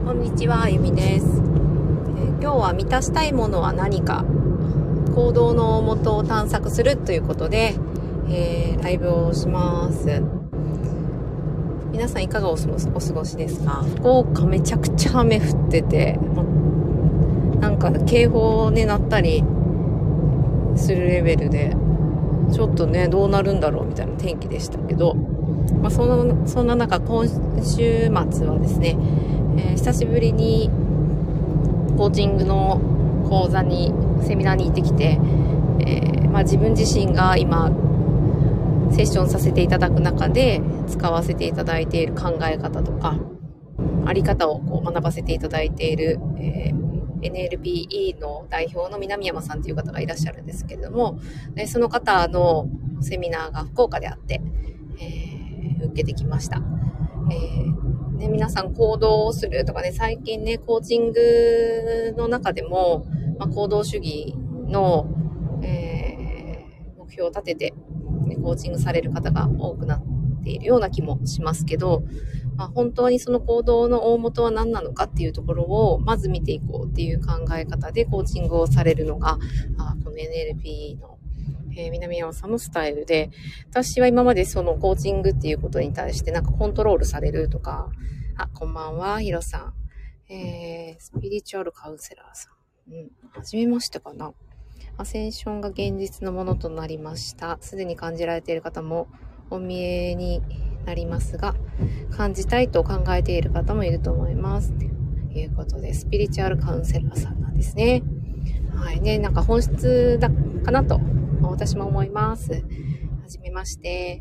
こんにちは、ゆみです。今日は満たしたいものは何か、行動の元を探索するということで、ライブをします。皆さんいかがお過ごしですか？福岡めちゃくちゃ雨降ってて、なんか警報になったりするレベルで、ちょっとね、どうなるんだろうみたいな天気でしたけど、そんな中、今週末はですね、久しぶりにコーチングの講座にセミナーに行ってきて、自分自身が今セッションさせていただく中で使わせていただいている考え方とかあり方を学ばせていただいている、NLPE の代表の南山さんという方がいらっしゃるんですけれども、その方のセミナーが福岡であって、受けてきました。皆さん行動をするとかね、最近ね、コーチングの中でも、行動主義の、目標を立てて、コーチングされる方が多くなっているような気もしますけど、本当にその行動の大元は何なのかっていうところをまず見ていこうっていう考え方でコーチングをされるのが、この NLP の南山さんのスタイルで、私は今までそのコーチングっていうことに対してなんかコントロールされるとか、こんばんは、ヒロさん。スピリチュアルカウンセラーさん。初めましてかな。アセンションが現実のものとなりました。すでに感じられている方もお見えになりますが、感じたいと考えている方もいると思います。ということで、スピリチュアルカウンセラーさんなんですね。はいね、なんか本質だかなと私も思います。はじめまして。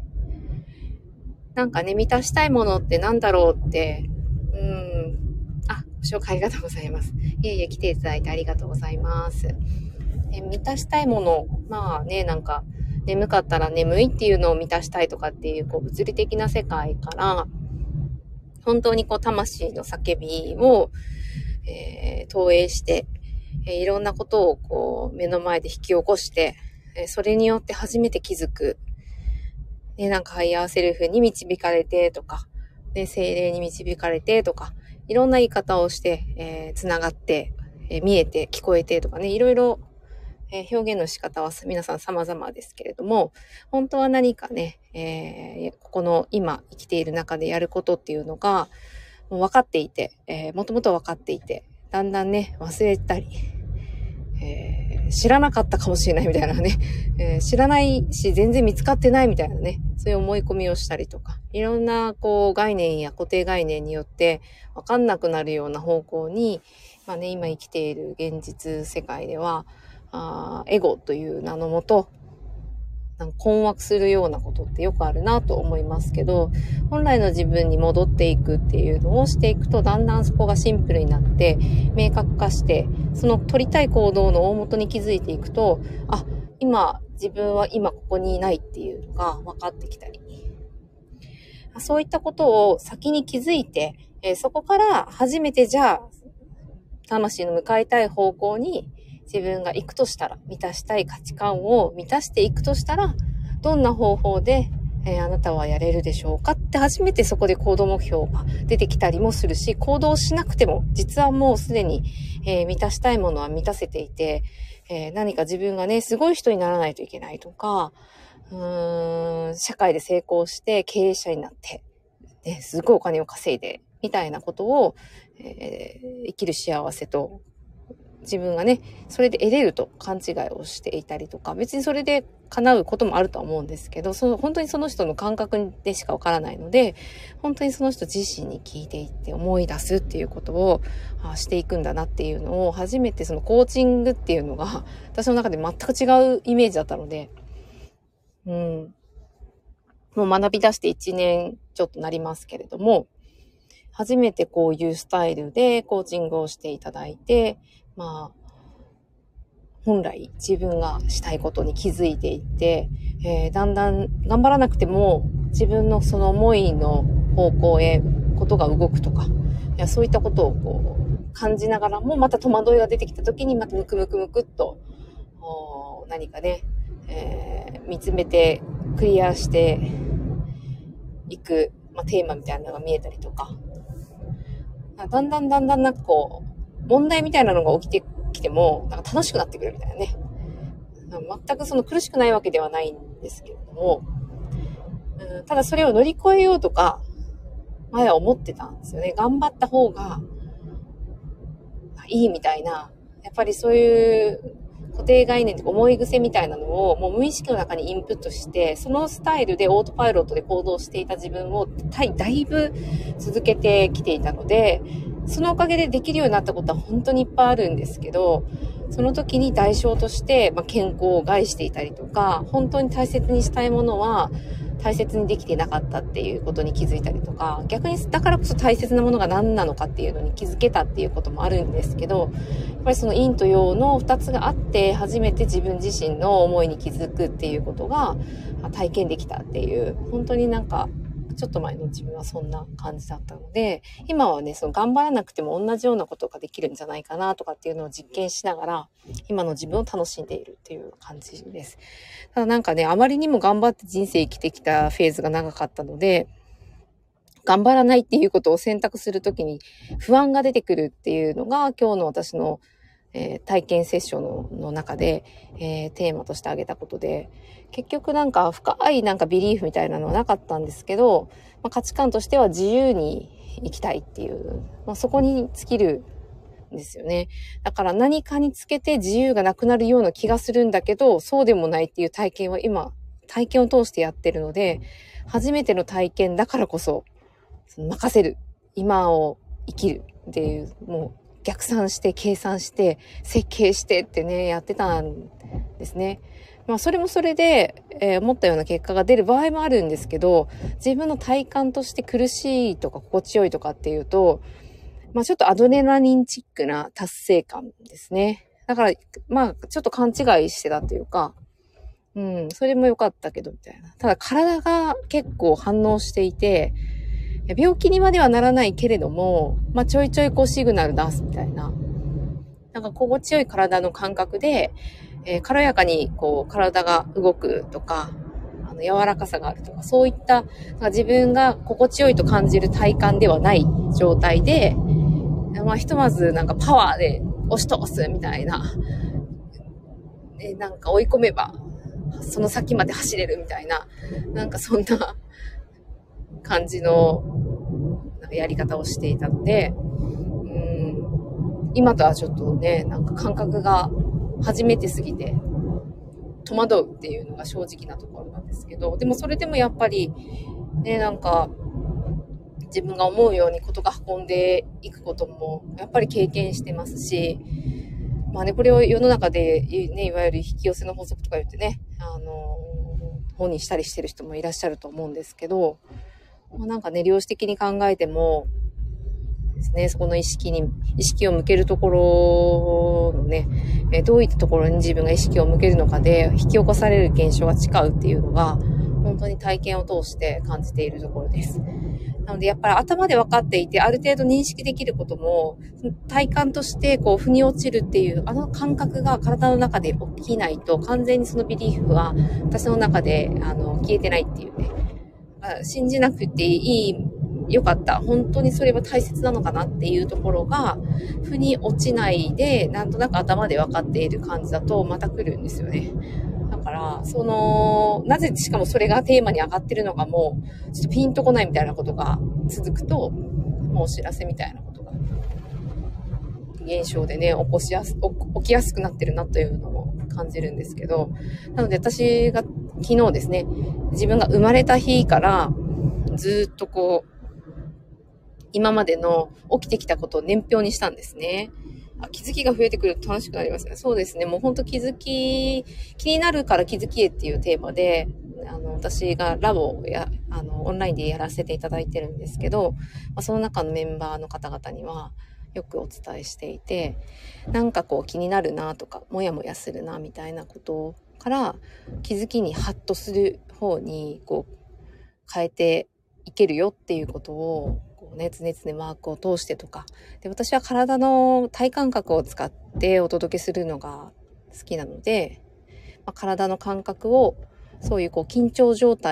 なんかね、満たしたいものってなんだろうって、ご紹介ありがとうございます。来ていただいてありがとうございます。満たしたいもの、なんか、眠かったら眠いっていうのを満たしたいとかっていう、物理的な世界から、本当に魂の叫びを、投影して、いろんなことを目の前で引き起こして、それによって初めて気づく。なんかハイヤーセルフに導かれてとか、精霊に導かれてとか、いろんな言い方をして、つながって、見えて聞こえてとかね、いろいろ、表現の仕方は皆さん様々ですけれども、本当は何かね、ここの今生きている中でやることっていうのがもう分かっていて、もともと分かっていて、だんだんね忘れたり、知らなかったかもしれないみたいなね、知らないし全然見つかってないみたいなね、そういう思い込みをしたりとか、いろんな概念や固定概念によって分かんなくなるような方向に、今生きている現実世界ではエゴという名のもと困惑するようなことってよくあるなと思いますけど、本来の自分に戻っていくっていうのをしていくと、だんだんそこがシンプルになって明確化して、その取りたい行動の大元に気づいていくと、自分は今ここにいないっていうのが分かってきたり、そういったことを先に気づいて、そこから初めてじゃあ魂の向かいたい方向に自分が行くとしたら、満たしたい価値観を満たしていくとしたら、どんな方法で、あなたはやれるでしょうかって初めてそこで行動目標が出てきたりもするし、行動しなくても実はもうすでに、満たしたいものは満たせていて、何か自分がねすごい人にならないといけないとか、社会で成功して経営者になって、すごいお金を稼いでみたいなことを、生きる幸せと自分がねそれで得れると勘違いをしていたりとか、別にそれで叶うこともあるとは思うんですけど、本当にその人の感覚でしかわからないので、本当にその人自身に聞いていって思い出すっていうことをしていくんだなっていうのを初めて、そのコーチングっていうのが私の中で全く違うイメージだったので、もう学び出して1年ちょっとなりますけれども、初めてこういうスタイルでコーチングをしていただいて、本来自分がしたいことに気づいていって、だんだん頑張らなくても自分のその思いの方向へことが動くとか、そういったことを感じながらも、また戸惑いが出てきた時にまたムクムクっと何かね、見つめてクリアしていく、テーマみたいなのが見えたりとか、 だんだんなんかこう、問題みたいなのが起きてきても、なんか楽しくなってくるみたいなね。全くその苦しくないわけではないんですけれども、ただそれを乗り越えようとか、前は思ってたんですよね。頑張った方がいいみたいな、やっぱりそういう固定概念とか思い癖みたいなのをもう無意識の中にインプットして、そのスタイルでオートパイロットで行動していた自分をだいぶ続けてきていたので、そのおかげでできるようになったことは本当にいっぱいあるんですけど、その時に代償として、健康を害していたりとか、本当に大切にしたいものは大切にできていなかったっていうことに気づいたりとか、逆にだからこそ大切なものが何なのかっていうのに気づけたっていうこともあるんですけど、やっぱりその陰と陽の2つがあって初めて自分自身の思いに気づくっていうことが体験できたっていう、本当になんかちょっと前の自分はそんな感じだったので、今はね、その頑張らなくても同じようなことができるんじゃないかなとかっていうのを実験しながら、今の自分を楽しんでいるっていう感じです。ただなんかね、あまりにも頑張って人生生きてきたフェーズが長かったので、頑張らないっていうことを選択するときに不安が出てくるっていうのが今日の私の、体験セッションの中で、テーマとして挙げたことで、結局なんか深いなんかビリーフみたいなのはなかったんですけど、価値観としては自由に生きたいっていう、そこに尽きるんですよね。だから何かにつけて自由がなくなるような気がするんだけど、そうでもないっていう体験は今、体験を通してやってるので、初めての体験だからこそ、任せる。今を生きるっていう、もう逆算して計算して設計してってね、やってたんですね。それもそれで、思ったような結果が出る場合もあるんですけど、自分の体感として苦しいとか心地よいとかっていうと、ちょっとアドレナリンチックな達成感ですね。だから、ちょっと勘違いしてたっていうか、それも良かったけど、みたいな。ただ体が結構反応していて、病気にまではならないけれども、ちょいちょいこうシグナル出すみたいな。なんか心地よい体の感覚で、軽やかにこう体が動くとか、柔らかさがあるとか、そういった自分が心地よいと感じる体感ではない状態で、ひとまずなんかパワーで押し通すみたいな。なんか追い込めば、その先まで走れるみたいな、なんかそんな感じのやり方をしていたので、今とはちょっとね、なんか感覚が初めてすぎて戸惑うっていうのが正直なところなんですけど、でもそれでもやっぱりね、なんか自分が思うようにことが運んでいくこともやっぱり経験してますし、これを世の中でね、いわゆる引き寄せの法則とか言ってね、本にしたりしてる人もいらっしゃると思うんですけど、なんかね、量子的に考えてもですね、そこの意識を向けるところのね、どういったところに自分が意識を向けるのかで引き起こされる現象が違うっていうのが本当に体験を通して感じているところです。なのでやっぱり頭で分かっていてある程度認識できることも体感としてこう腑に落ちるっていうあの感覚が体の中で起きないと完全にそのビリーフは私の中で消えてないっていうね、信じなくていいよかった。本当にそれは大切なのかなっていうところが、腑に落ちないで、なんとなく頭で分かっている感じだと、また来るんですよね。だから、なぜしかもそれがテーマに上がってるのかも、ちょっとピンとこないみたいなことが続くと、もうお知らせみたいなことが、現象でね、起きやすくなってるなというのも感じるんですけど、なので私が昨日ですね、自分が生まれた日から、ずっとこう、今までの起きてきたことを年表にしたんですね。気づきが増えてくると楽しくなりますね。そうですね。もう本当気になるから気づきへっていうテーマで、私がラボをオンラインでやらせていただいてるんですけど、その中のメンバーの方々にはよくお伝えしていて、なんかこう気になるなとか、もやもやするなみたいなことから気づきにハッとする方にこう変えていけるよっていうことを常々マークを通してとかで、私は体の体感覚を使ってお届けするのが好きなので、体の感覚をそういう緊張状態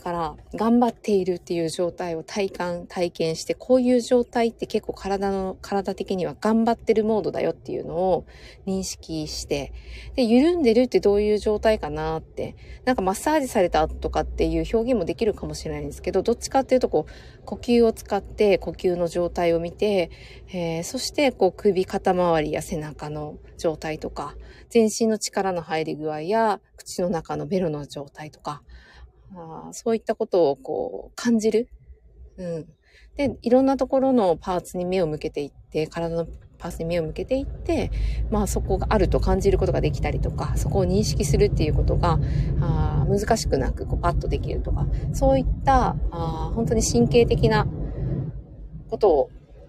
から頑張っているっていう状態を体験して、こういう状態って結構体的には頑張ってるモードだよっていうのを認識して、で、緩んでるってどういう状態かなって、なんかマッサージされた後とかっていう表現もできるかもしれないんですけど、どっちかっていうと呼吸を使って呼吸の状態を見て、そして首肩周りや背中の状態とか、全身の力の入り具合や口の中のベロの状態とか、そういったことを感じる。で、いろんなところのパーツに目を向けていって、体のパーツに目を向けていって、そこがあると感じることができたりとか、そこを認識するっていうことが、難しくなくパッとできるとか、そういった本当に神経的なことを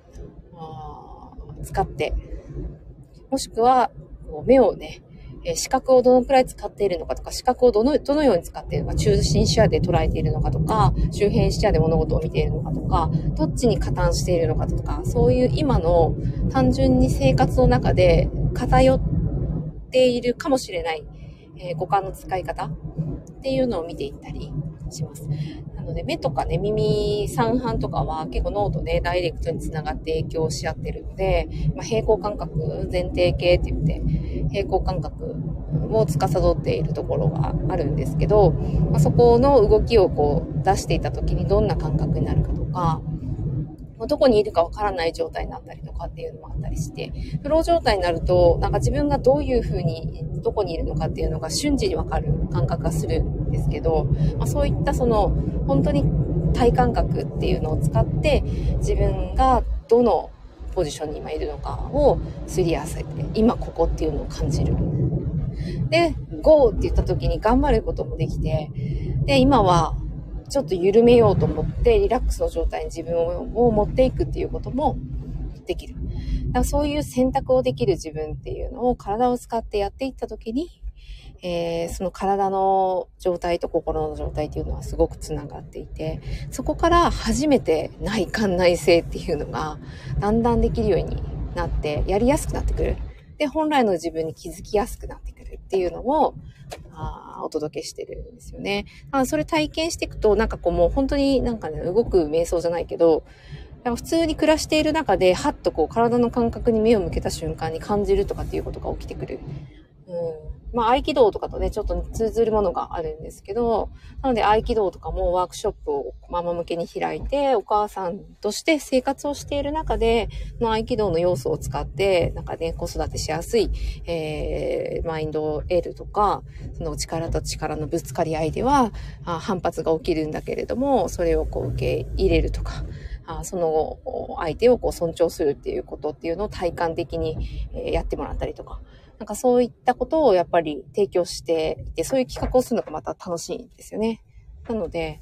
使って、もしくは目をね、視覚をどのくらい使っているのかとか、視覚をどのように使っているのか、中心視野で捉えているのかとか、周辺視野で物事を見ているのかとか、どっちに加担しているのかとか、そういう今の単純に生活の中で偏っているかもしれない、五感の使い方っていうのを見ていったりします。なので目とかね、耳、三半とかは結構脳とね、ダイレクトにつながって影響し合ってるので、平衡感覚、前庭系って言って、平衡感覚を司っているところがあるんですけど、そこの動きを出していた時にどんな感覚になるかとか、どこにいるかわからない状態になったりとかっていうのもあったりして、フロー状態になると、なんか自分がどういう風に、どこにいるのかっていうのが瞬時にわかる感覚がするんですけど、そういった本当に体感覚っていうのを使って、自分がどのポジションに今いるのかをすり合わせて、今ここっていうのを感じる。で、ゴーって言った時に頑張ることもできて、で、今はちょっと緩めようと思ってリラックスの状態に自分を持っていくっていうこともできる。だからそういう選択をできる自分っていうのを体を使ってやっていった時に、その体の状態と心の状態っていうのはすごくつながっていて、そこから初めて内観内省っていうのがだんだんできるようになってやりやすくなってくる。で、本来の自分に気づきやすくなってくるっていうのをお届けしてるんですよね。それ体験していくともう本当に動く瞑想じゃないけど、普通に暮らしている中ではっと体の感覚に目を向けた瞬間に感じるとかっていうことが起きてくる。合気道とかとね、ちょっと通ずるものがあるんですけど、なので合気道とかもワークショップをママ向けに開いて、お母さんとして生活をしている中で、合気道の要素を使って、子育てしやすい、マインドを得るとか、その力と力のぶつかり合いでは、反発が起きるんだけれども、それを受け入れるとか、その相手を尊重するっていうことっていうのを体感的にやってもらったりとか、そういったことをやっぱり提供していて、そういう企画をするのがまた楽しいんですよね。なので、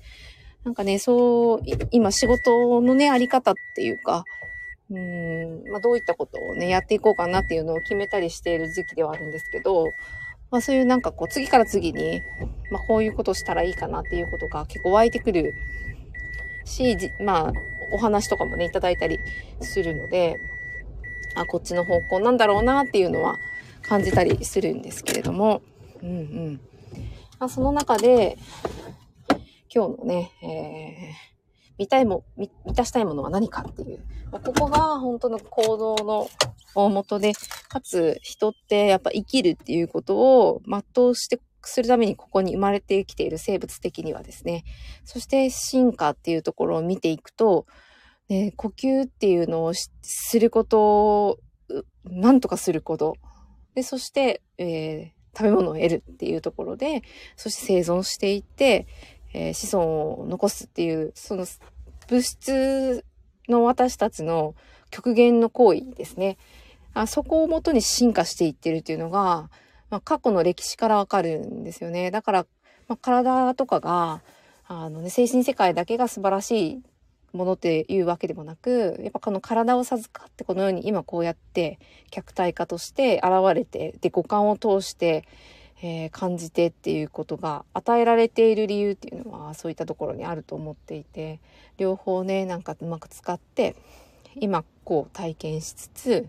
今仕事のね、あり方っていうか、どういったことをね、やっていこうかなっていうのを決めたりしている時期ではあるんですけど、そういう次から次に、こういうことをしたらいいかなっていうことが結構湧いてくるし、お話とかもね、いただいたりするので、こっちの方向なんだろうなっていうのは感じたりするんですけれども、その中で今日のね、満たしたいものは何かっていう、ここが本当の行動の大元で、かつ人ってやっぱ生きるっていうことを全うしてするためにここに生まれてきている生物的にはですね、そして進化っていうところを見ていくと、呼吸っていうのをすることをなんとかすることで、そして、食べ物を得るっていうところで、そして生存していって、子孫を残すっていう、その物質の私たちの極限の行為ですね。そこをもとに進化していってるっていうのが、過去の歴史からわかるんですよね。だから、体とかが、精神世界だけが素晴らしいものっていうわけでもなく、やっぱこの体を授かってこのように今こうやって客体化として現れて、で五感を通して、感じてっていうことが与えられている理由っていうのはそういったところにあると思っていて、両方ねうまく使って今こう体験しつつ、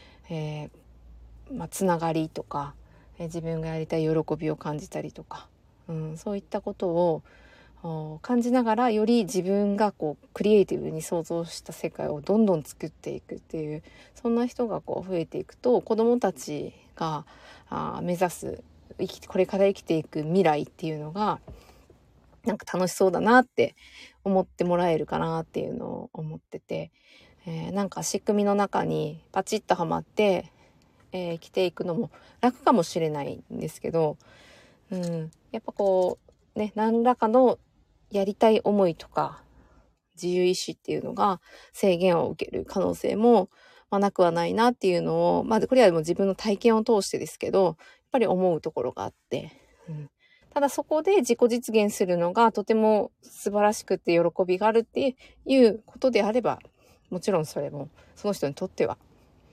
つながりとか、自分がやりたい喜びを感じたりとか、そういったことを感じながら、より自分がこうクリエイティブに想像した世界をどんどん作っていくっていう、そんな人がこう増えていくと、子どもたちが目指すこれから生きていく未来っていうのがなんか楽しそうだなって思ってもらえるかなっていうのを思ってて、なんか仕組みの中にパチッとはまって、生きていくのも楽かもしれないんですけど、やっぱこうね、何らかのやりたい思いとか自由意志っていうのが制限を受ける可能性も、なくはないなっていうのを、これはもう自分の体験を通してですけど、やっぱり思うところがあって、ただそこで自己実現するのがとても素晴らしくて喜びがあるっていうことであれば、もちろんそれもその人にとっては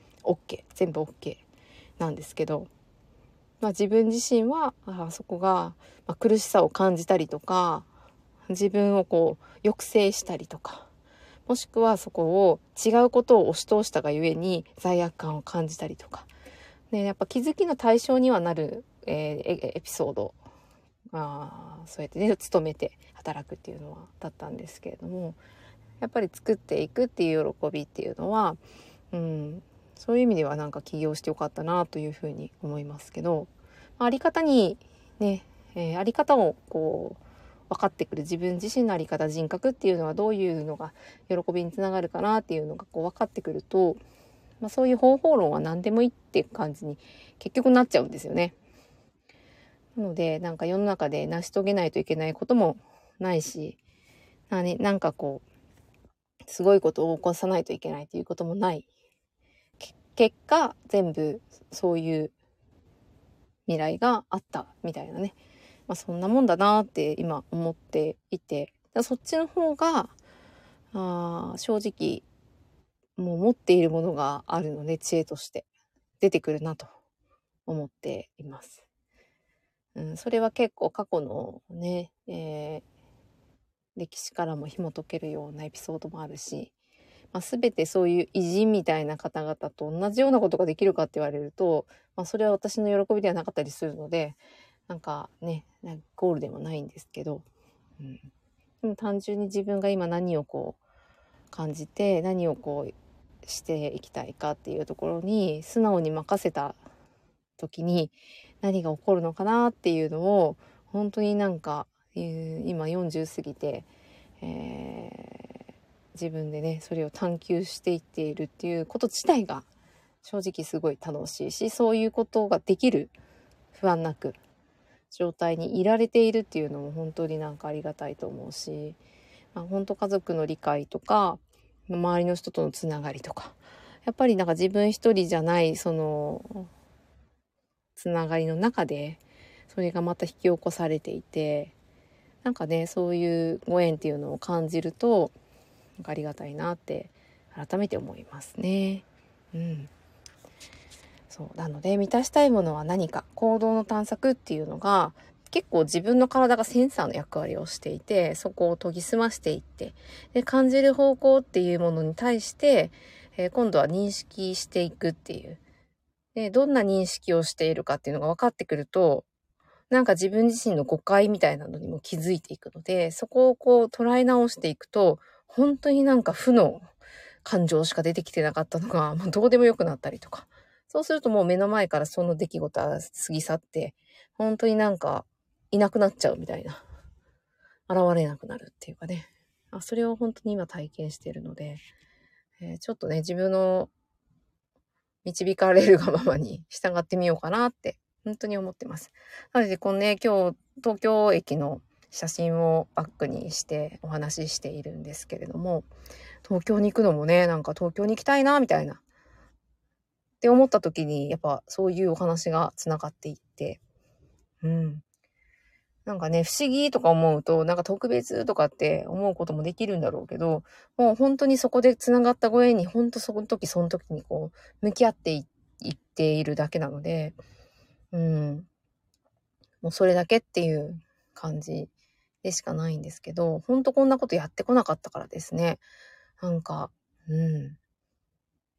OK、全部 OK なんですけど、自分自身はそこが、苦しさを感じたりとか、自分をこう抑制したりとか、もしくはそこを違うことを押し通したがゆえに罪悪感を感じたりとか、やっぱ気づきの対象にはなる、エピソード、そうやってね勤めて働くっていうのはだったんですけれども、やっぱり作っていくっていう喜びっていうのは、そういう意味ではなんか起業してよかったなというふうに思いますけど、あり方にね、あり方をこう分かってくる自分自身のあり方、人格っていうのはどういうのが喜びにつながるかなっていうのがこう分かってくると、そういう方法論は何でもいいっていう感じに結局なっちゃうんですよね。なのでなんか世の中で成し遂げないといけないこともないし、なんかこうすごいことを起こさないといけないということもない。結果全部そういう未来があったみたいなね、そんなもんだなって今思っていて、そっちの方が正直もう持っているものがあるので、知恵として出てくるなと思っています。それは結構過去のね、歴史からも紐解けるようなエピソードもあるし、全てそういう偉人みたいな方々と同じようなことができるかって言われると、それは私の喜びではなかったりするので、なんかね、ゴールでもないんですけど、でも単純に自分が今何をこう感じて、何をこうしていきたいかっていうところに素直に任せた時に何が起こるのかなっていうのを、本当になんか今40過ぎて、自分でねそれを探求していっているっていうこと自体が正直すごい楽しいし、そういうことができる不安なく状態にいられているっていうのも本当になんかありがたいと思うし、本当家族の理解とか周りの人とのつながりとか、やっぱりなんか自分一人じゃないそのつながりの中でそれがまた引き起こされていて、なんかねそういうご縁っていうのを感じるとなんかありがたいなって改めて思いますね。そうなので、満たしたいものは何か、行動の探索っていうのが結構自分の体がセンサーの役割をしていて、そこを研ぎ澄ましていって、で感じる方向っていうものに対して、今度は認識していくっていう、でどんな認識をしているかっていうのが分かってくると、なんか自分自身の誤解みたいなのにも気づいていくので、そこをこう捉え直していくと、本当になんか負の感情しか出てきてなかったのが、もうどうでもよくなったりとか。そうするともう目の前からその出来事は過ぎ去って、本当になんかいなくなっちゃうみたいな。現れなくなるっていうかね。それを本当に今体験しているので、ちょっとね、自分の導かれるがままに従ってみようかなって、本当に思ってます。なので、このね、今日、東京駅の写真をバックにしてお話ししているんですけれども、東京に行くのもね、なんか東京に行きたいな、みたいな。って思った時に、やっぱそういうお話がつながっていって、なんかね、不思議とか思うと、なんか特別とかって思うこともできるんだろうけど、もう本当にそこでつながったご縁に、本当その時その時にこう、向き合っていっているだけなので、もうそれだけっていう感じでしかないんですけど、本当こんなことやってこなかったからですね。なんか、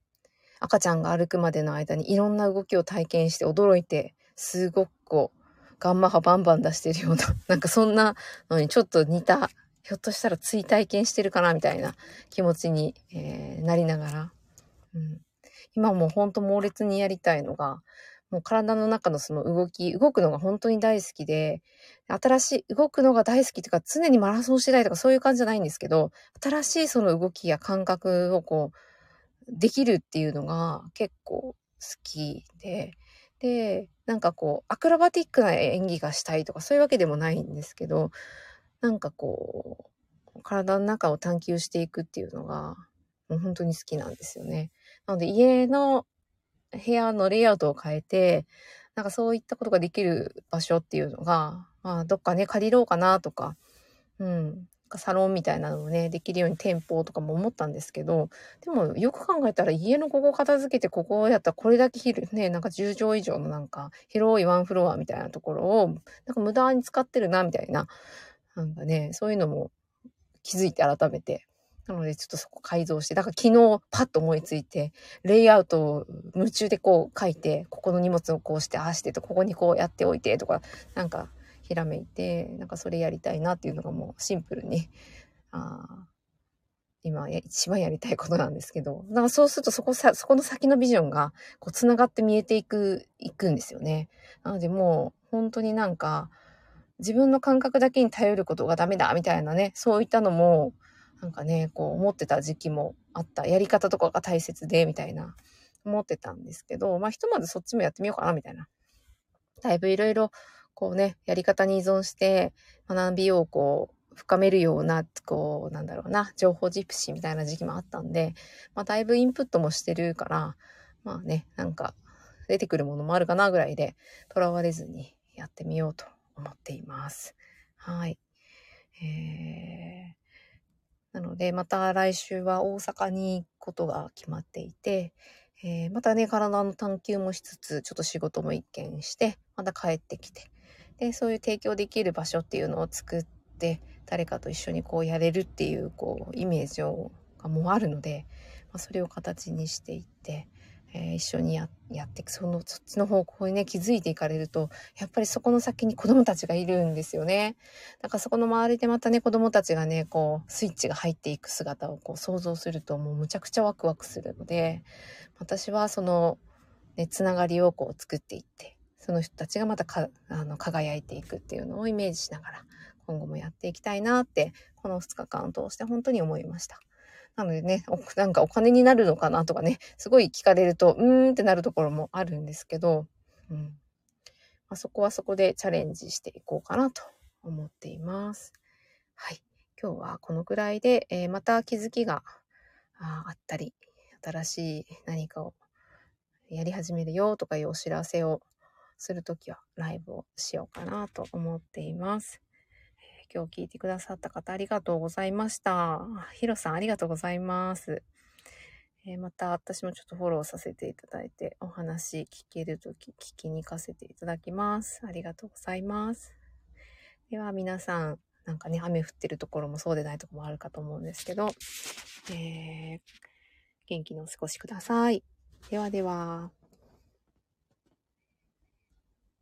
赤ちゃんが歩くまでの間にいろんな動きを体験して驚いて、すごくこう、 ガンマ波バンバン出してるような、なんかそんなのにちょっと似た、ひょっとしたら追体験してるかなみたいな気持ちに、なりながら、今もうほんと猛烈にやりたいのが、もう体の中のその動くのが本当に大好きで、動くのが大好きというか常にマラソンしてたいとかそういう感じじゃないんですけど、新しいその動きや感覚をできるっていうのが結構好きで、なんかアクロバティックな演技がしたいとかそういうわけでもないんですけど、なんか体の中を探求していくっていうのが、もう本当に好きなんですよね。なので家の部屋のレイアウトを変えて、なんかそういったことができる場所っていうのが、どっかね、借りろうかなとか、サロンみたいなのをね、できるように店舗とかも思ったんですけど、でもよく考えたら家のここ片付けてここやったらこれだけね、なんか10畳以上のなんか広いワンフロアみたいなところを、なんか無駄に使ってるな、みたいな、なんかね、そういうのも気づいて改めて。なのでちょっとそこ改造して、だから昨日パッと思いついて、レイアウトを夢中で書いて、ここの荷物をこうしてああしてと、ここにやっておいてとか、なんかひらめいて、なんかそれやりたいなっていうのがもうシンプルに、今一番やりたいことなんですけど、だからそうするとそこの先のビジョンが繋がって見えていくんですよね。なのでもう本当になんか、自分の感覚だけに頼ることがダメだみたいなね、そういったのも、なんかね、思ってた時期もあった。やり方とかが大切で、みたいな、思ってたんですけど、ひとまずそっちもやってみようかな、みたいな。だいぶいろいろ、やり方に依存して、学びを深めるような、なんだろうな、情報ジプシーみたいな時期もあったんで、だいぶインプットもしてるから、なんか、出てくるものもあるかなぐらいで、とらわれずにやってみようと思っています。はい。なので、また来週は大阪に行くことが決まっていて、またね、体の探求もしつつ、ちょっと仕事も一見して、また帰ってきて、で、そういう提供できる場所っていうのを作って、誰かと一緒にやれるっていう、イメージがもうあるので、それを形にしていって、一緒にやっていく、そっちの方向にね、気づいていかれると、やっぱりそこの先に子供たちがいるんですよね。だからそこの周りでまたね、子供たちがね、スイッチが入っていく姿を想像すると、もうむちゃくちゃワクワクするので、私はその、ね、つながりを作っていって、その人たちがまた輝いていくっていうのをイメージしながら、今後もやっていきたいなって、この2日間を通して本当に思いました。なのでね、なんかお金になるのかなとかね、すごい聞かれると、ってなるところもあるんですけど、そこはそこでチャレンジしていこうかなと思っています。はい。今日はこのくらいで、また気づきがあったり、新しい何かをやり始めるよとかいうお知らせをするときはライブをしようかなと思っています。今日聞いてくださった方ありがとうございました。ヒロさんありがとうございます。また私もちょっとフォローさせていただいてお話聞けるとき聞きに行かせていただきます。ありがとうございます。では皆さん、なんかね、雨降ってるところもそうでないところもあるかと思うんですけど、元気にお過ごしください。ではでは。